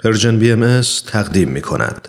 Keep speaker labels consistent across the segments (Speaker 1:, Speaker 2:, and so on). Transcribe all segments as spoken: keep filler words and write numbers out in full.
Speaker 1: پرژن بی ام اس تقدیم می کند.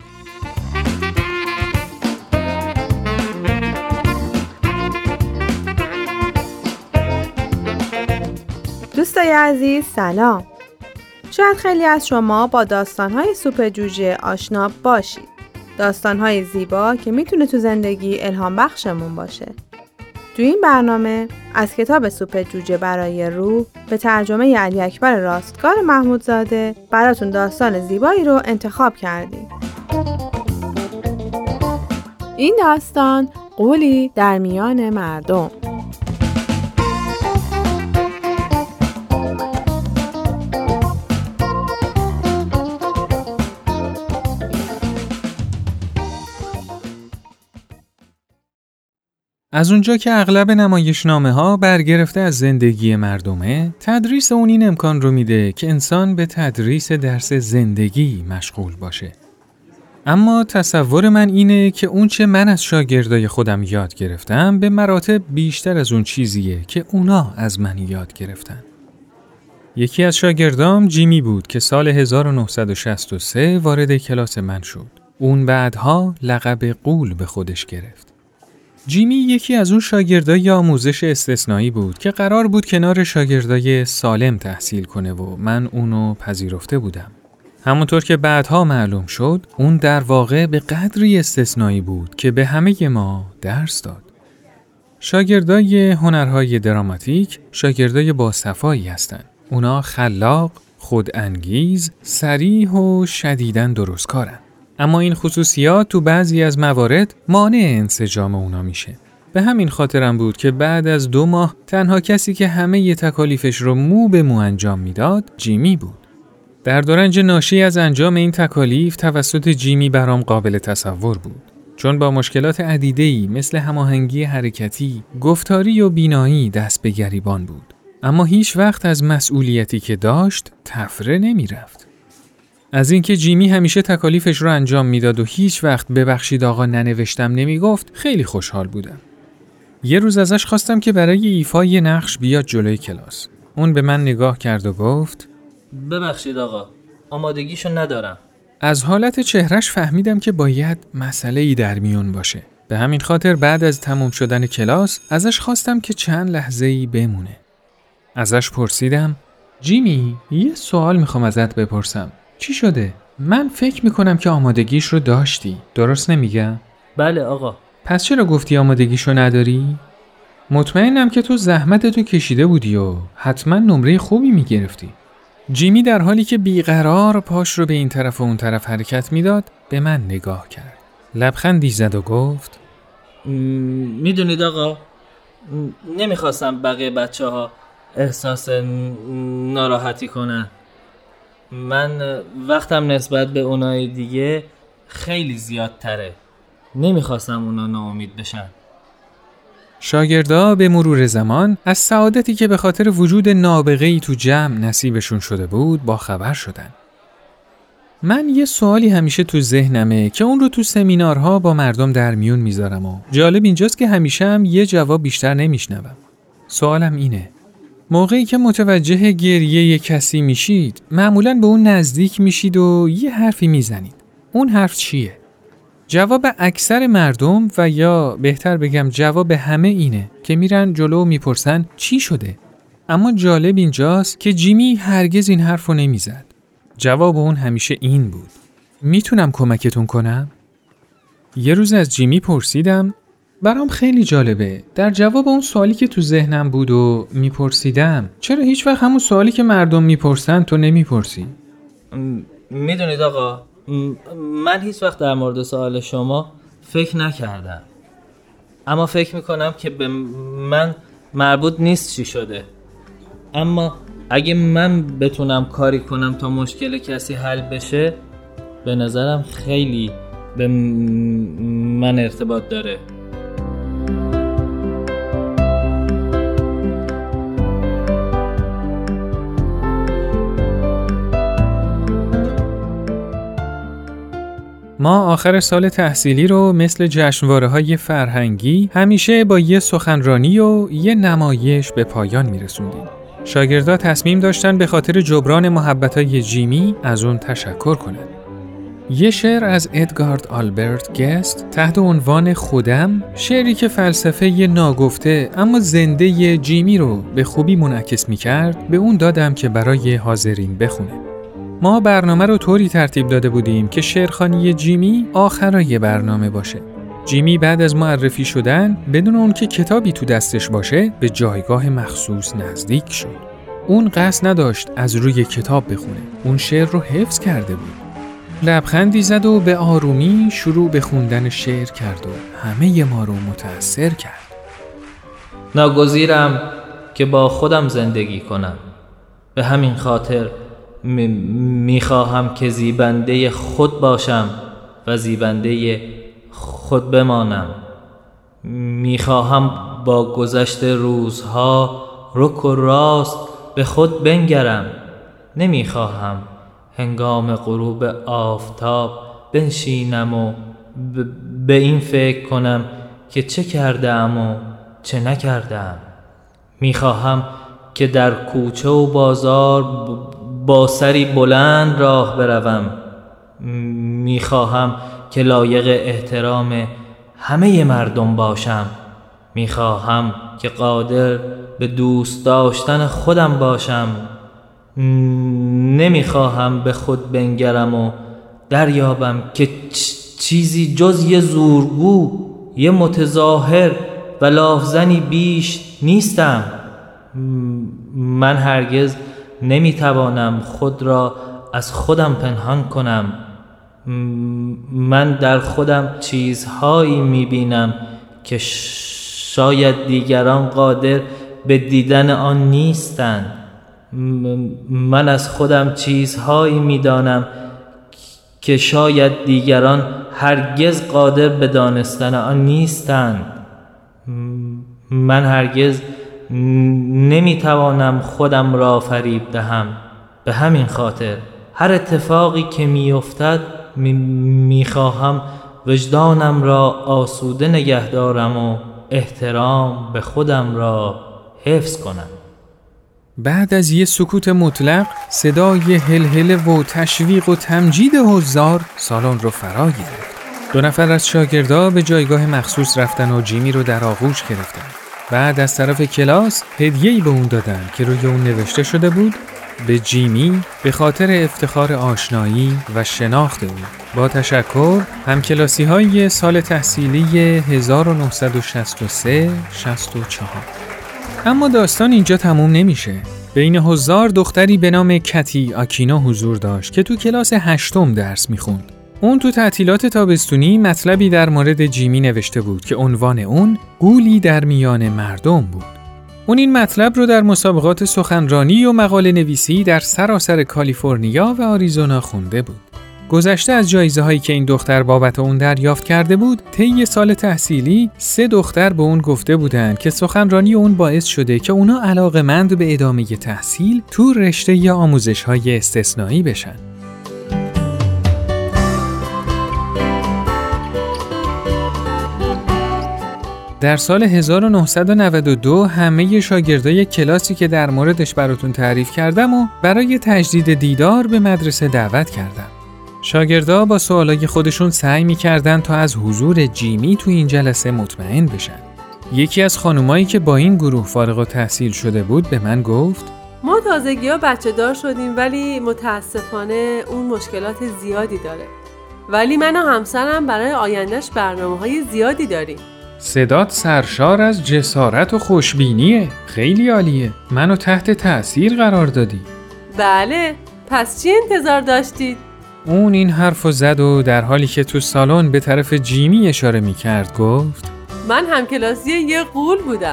Speaker 2: دوستای عزیز سلام. شاید خیلی از شما با داستان‌های سوپ جوجه آشنا باشید. داستان‌های زیبا که میتونه تو زندگی الهام بخشمون باشه. تو این برنامه از کتاب سوپ جوجه برای روح به ترجمه علی اکبر راستگار محمودزاده براتون داستان زیبایی رو انتخاب کردیم. این داستان قولی در میان مردم.
Speaker 3: از اونجا که اغلب نمایشنامه‌ها برگرفته از زندگی مردمه، تدریس اون این امکان رو میده که انسان به تدریس درس زندگی مشغول باشه. اما تصور من اینه که اون چه من از شاگردای خودم یاد گرفتم به مراتب بیشتر از اون چیزیه که اونا از من یاد گرفتن. یکی از شاگردام جیمی بود که سال هزار و نهصد و شصت و سه وارد کلاس من شد. اون بعدها لقب غول به خودش گرفت. جیمی یکی از اون شاگردای آموزش استثنایی بود که قرار بود کنار شاگردای سالم تحصیل کنه و من اونو پذیرفته بودم. همونطور که بعدها معلوم شد، اون در واقع به قدری استثنایی بود که به همه ما درس داد. شاگردای هنرهای دراماتیک شاگردای باصفایی هستن. اونا خلاق، خودانگیز، صریح و شدیداً درستکارن. اما این خصوصیات تو بعضی از موارد مانع انسجام اونا میشه. به همین خاطرم بود که بعد از دو ماه تنها کسی که همه ی تکالیفش رو مو به مو انجام میداد جیمی بود. درد و رنج ناشی از انجام این تکالیف توسط جیمی برام قابل تصور بود. چون با مشکلات عدیده‌ای مثل هماهنگی حرکتی، گفتاری و بینایی دست به گریبان بود. اما هیچ وقت از مسئولیتی که داشت تفره نمیرفت. از اینکه جیمی همیشه تکالیفش رو انجام میداد و هیچ وقت ببخشید آقا ننوشتم نمیگفت خیلی خوشحال بودم. یه روز ازش خواستم که برای ایفای نقش بیاد جلوی کلاس. اون به من نگاه کرد و گفت
Speaker 4: ببخشید آقا، آمادگیشو ندارم.
Speaker 3: از حالت چهرش فهمیدم که باید مسئله ای در میون باشه. به همین خاطر بعد از تموم شدن کلاس ازش خواستم که چند لحظه ای بمونه. ازش پرسیدم جیمی، یه سوال میخوام ازت بپرسم. چی شده؟ من فکر میکنم که آمادگیش رو داشتی. درست نمیگم؟
Speaker 4: بله آقا.
Speaker 3: پس چرا گفتی آمادگیش رو نداری؟ مطمئنم که تو زحمتتو کشیده بودی و حتما نمره خوبی میگرفتی. جیمی در حالی که بیقرار پاش رو به این طرف و اون طرف حرکت میداد به من نگاه کرد. لبخندی زد و گفت
Speaker 4: م- میدونید آقا، م- نمیخواستم بقیه بچه ها احساس ن- ناراحتی کنن. من وقتم نسبت به اونای دیگه خیلی زیادتره. نمیخواستم اونا ناامید بشن.
Speaker 3: شاگردا به مرور زمان از سعادتی که به خاطر وجود نابغه‌ای تو جمع نصیبشون شده بود با خبر شدن. من یه سوالی همیشه تو ذهنمه که اون رو تو سمینارها با مردم در میون میذارم و جالب اینجاست که همیشه هم یه جواب بیشتر نمیشنوم. سوالم اینه: موقعی که متوجه گریه یه کسی میشید، معمولاً به اون نزدیک میشید و یه حرفی میزنید. اون حرف چیه؟ جواب اکثر مردم و یا بهتر بگم جواب همه اینه که میرن جلو و میپرسن چی شده؟ اما جالب اینجاست که جیمی هرگز این حرف رو نمیزد. جواب اون همیشه این بود: میتونم کمکتون کنم؟ یه روز از جیمی پرسیدم، برام خیلی جالبه. در جواب اون سوالی که تو ذهنم بود و میپرسیدم، چرا هیچ وقت همون سوالی که مردم میپرسن تو نمیپرسی؟
Speaker 4: میدونید آقا، من هیچ وقت در مورد سوال شما فکر نکردم. اما فکر میکنم که به من مربوط نیست چی شده. اما اگه من بتونم کاری کنم تا مشکل کسی حل بشه، به نظرم خیلی به من ارتباط داره.
Speaker 3: ما آخر سال تحصیلی رو مثل جشنواره‌های فرهنگی همیشه با یه سخنرانی و یه نمایش به پایان میرسوندیم. شاگردا تصمیم داشتن به خاطر جبران محبتای جیمی از اون تشکر کنن. یه شعر از ادگارد آلبرت گست تحت عنوان خودم، شعری که فلسفه ناگفته اما زنده جیمی رو به خوبی منعکس می‌کرد، به اون دادم که برای حاضرین بخونه. ما برنامه رو طوری ترتیب داده بودیم که شعرخوانی جیمی آخرای برنامه باشه. جیمی بعد از معرفی شدن بدون اون که کتابی تو دستش باشه به جایگاه مخصوص نزدیک شد. اون قصد نداشت از روی کتاب بخونه. اون شعر رو حفظ کرده بود. لبخندی زد و به آرومی شروع به خوندن شعر کرد و همه ما رو متأثر کرد.
Speaker 4: ناگزیرم که با خودم زندگی کنم. به همین خاطر می میخواهم که زیبنده خود باشم و زیبنده خود بمانم. میخواهم با گذشت روزها رک و راست به خود بنگرم. نمیخواهم هنگام غروب آفتاب بنشینم و ب... به این فکر کنم که چه کردم و چه نکردم. میخواهم که در کوچه و بازار ب... با سری بلند راه بروم. میخواهم که لایق احترام همه مردم باشم. میخواهم که قادر به دوست داشتن خودم باشم. نمیخواهم به خود بنگرم و دریابم که چیزی جز یه زورگو، یه متظاهر و لافزنی بیش نیستم. من هرگز نمیتوانم خود را از خودم پنهان کنم. من در خودم چیزهایی میبینم که شاید دیگران قادر به دیدن آن نیستند. من از خودم چیزهایی میدانم که شاید دیگران هرگز قادر به دانستن آن نیستند. من هرگز نمیتوانم خودم را فریب دهم. به همین خاطر هر اتفاقی که میافتد میخواهم وجدانم را آسوده نگه دارم و احترام به خودم را حفظ کنم.
Speaker 3: بعد از یه سکوت مطلق، صدای هلهله و تشویق و تمجید حضار سالن رو فرا گرفت. دو نفر از شاگردا به جایگاه مخصوص رفتن و جیمی رو در آغوش گرفتن. بعد از طرف کلاس هدیه‌ای به اون دادن که روی اون نوشته شده بود: به جیمی به خاطر افتخار آشنایی و شناخت او. با تشکر، همکلاسی‌های سال تحصیلی هزار و نهصد و شصت و سه شصت و چهار. اما داستان اینجا تموم نمیشه. بین حضار دختری به نام کتی آکینو حضور داشت که تو کلاس هشتم درس میخوند. اون تو تعطیلات تابستونی مطلبی در مورد جیمی نوشته بود که عنوان اون گولی در میان مردم بود. اون این مطلب رو در مسابقات سخنرانی و مقاله نویسی در سراسر کالیفرنیا و آریزونا خونده بود. گذشته از جایزه هایی که این دختر بابت اون دریافت کرده بود، طی سال تحصیلی سه دختر به اون گفته بودند که سخنرانی اون باعث شده که اونا علاقه‌مند به ادامه تحصیل تو رشته یا آموزش های استثنایی بشن. در سال هزار و نهصد و نود و دو همه شاگردای کلاسی که در موردش براتون تعریف کردم و برای تجدید دیدار به مدرسه دعوت کردم. شاگردا با سوالای خودشون سعی می‌کردن تا از حضور جیمی تو این جلسه مطمئن بشن. یکی از خانومایی که با این گروه فارغ التحصیل شده بود به من گفت:
Speaker 5: ما تازگی‌ها بچه دار شدیم ولی متاسفانه اون مشکلات زیادی داره. ولی من و همسرم برای آیندهش برنامه‌های زیادی داریم.
Speaker 3: صدات سرشار از جسارت و خوشبینیه. خیلی عالیه. منو تحت تأثیر قرار دادی.
Speaker 5: بله، پس چی انتظار داشتید؟
Speaker 3: اون این حرفو زد و در حالی که تو سالن به طرف جیمی اشاره می‌کرد گفت:
Speaker 5: من همکلاسی یه غول بودم.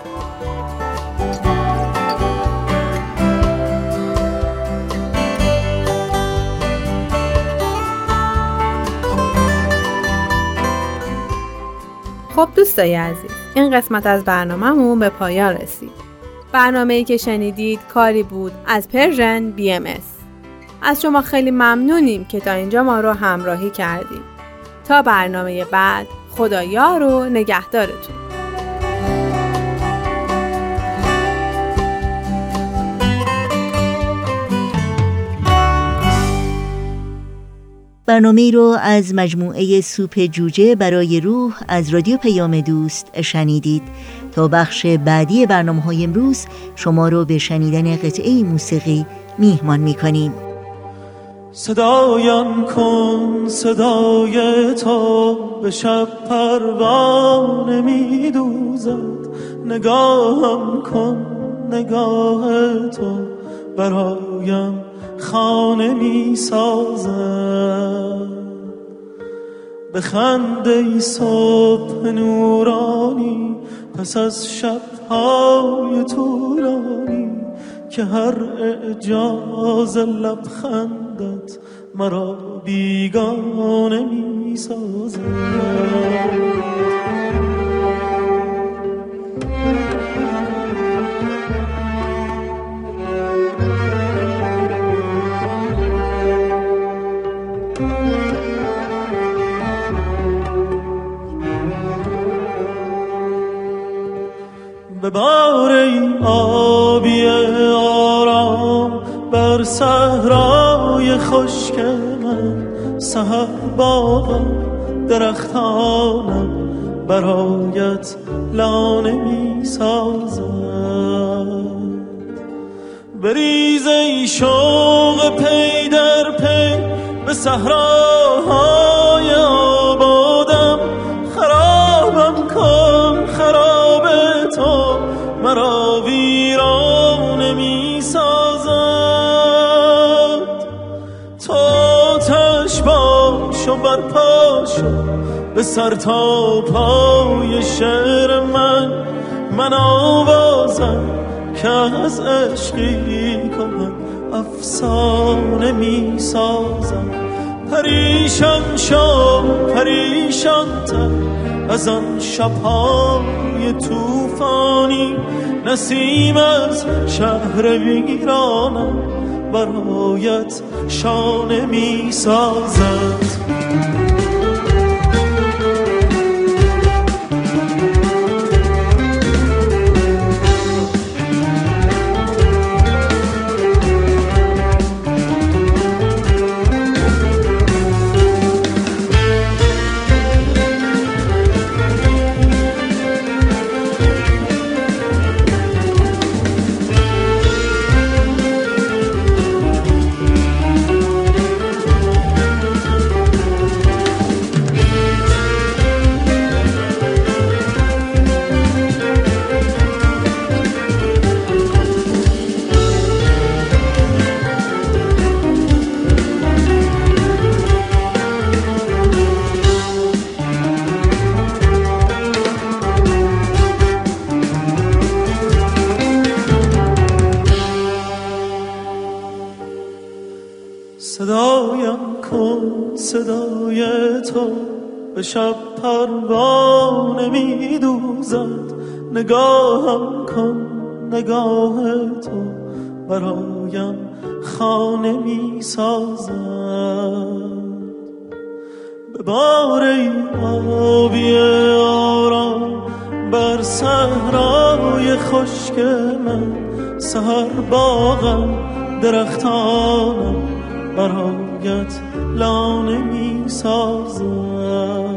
Speaker 2: خب دوستای عزیز، این قسمت از برنامه‌مون به پایان رسید. برنامه‌ای که شنیدید کاری بود از پرژن بی ام اس. از شما خیلی ممنونیم که تا اینجا ما رو همراهی کردید. تا برنامه بعد، خدایار و نگهدارتون.
Speaker 6: برنامه رو از مجموعه سوپ جوجه برای روح از رادیو پیام دوست شنیدید. تا بخش بعدی برنامه‌های امروز شما رو به شنیدن قطعه موسیقی میهمان می‌کنیم.
Speaker 7: صدایم کن صدای تو به شب پروانه می‌دوزد، نگاهم کن نگاه تو برایم خانه می‌سازد. بخند ای صبح نورانی پس از شب‌های طولانی، که هر اعجاز لبخندت مرا بیگانه می‌سازد. ببار ای آبی آرام بر صحرای خشک من، سحر باغم درختانم برایت لانه می سازد. بریز ای شوق پی در پی به صحراهای آبادم، خرابم کن خراب تو مرا ویرانه می سازد. تو آتش باش و برپا شو به سر تا پای شعر من، من آوازم که از عشقی کند افسانه می سازم. پریشان شو پریشان تر از آن شب‌های طوفانی، نسیم از شهر ویرانم برایت شانه می سازد. صدایم کن صدای تو به شب پروانه می دوزد، نگاهم کن نگاه تو برایم خانه می سازد. به بار آبی آرام بر صحرای خشک من، سحر باغم درختانم برایت لانه می سازد.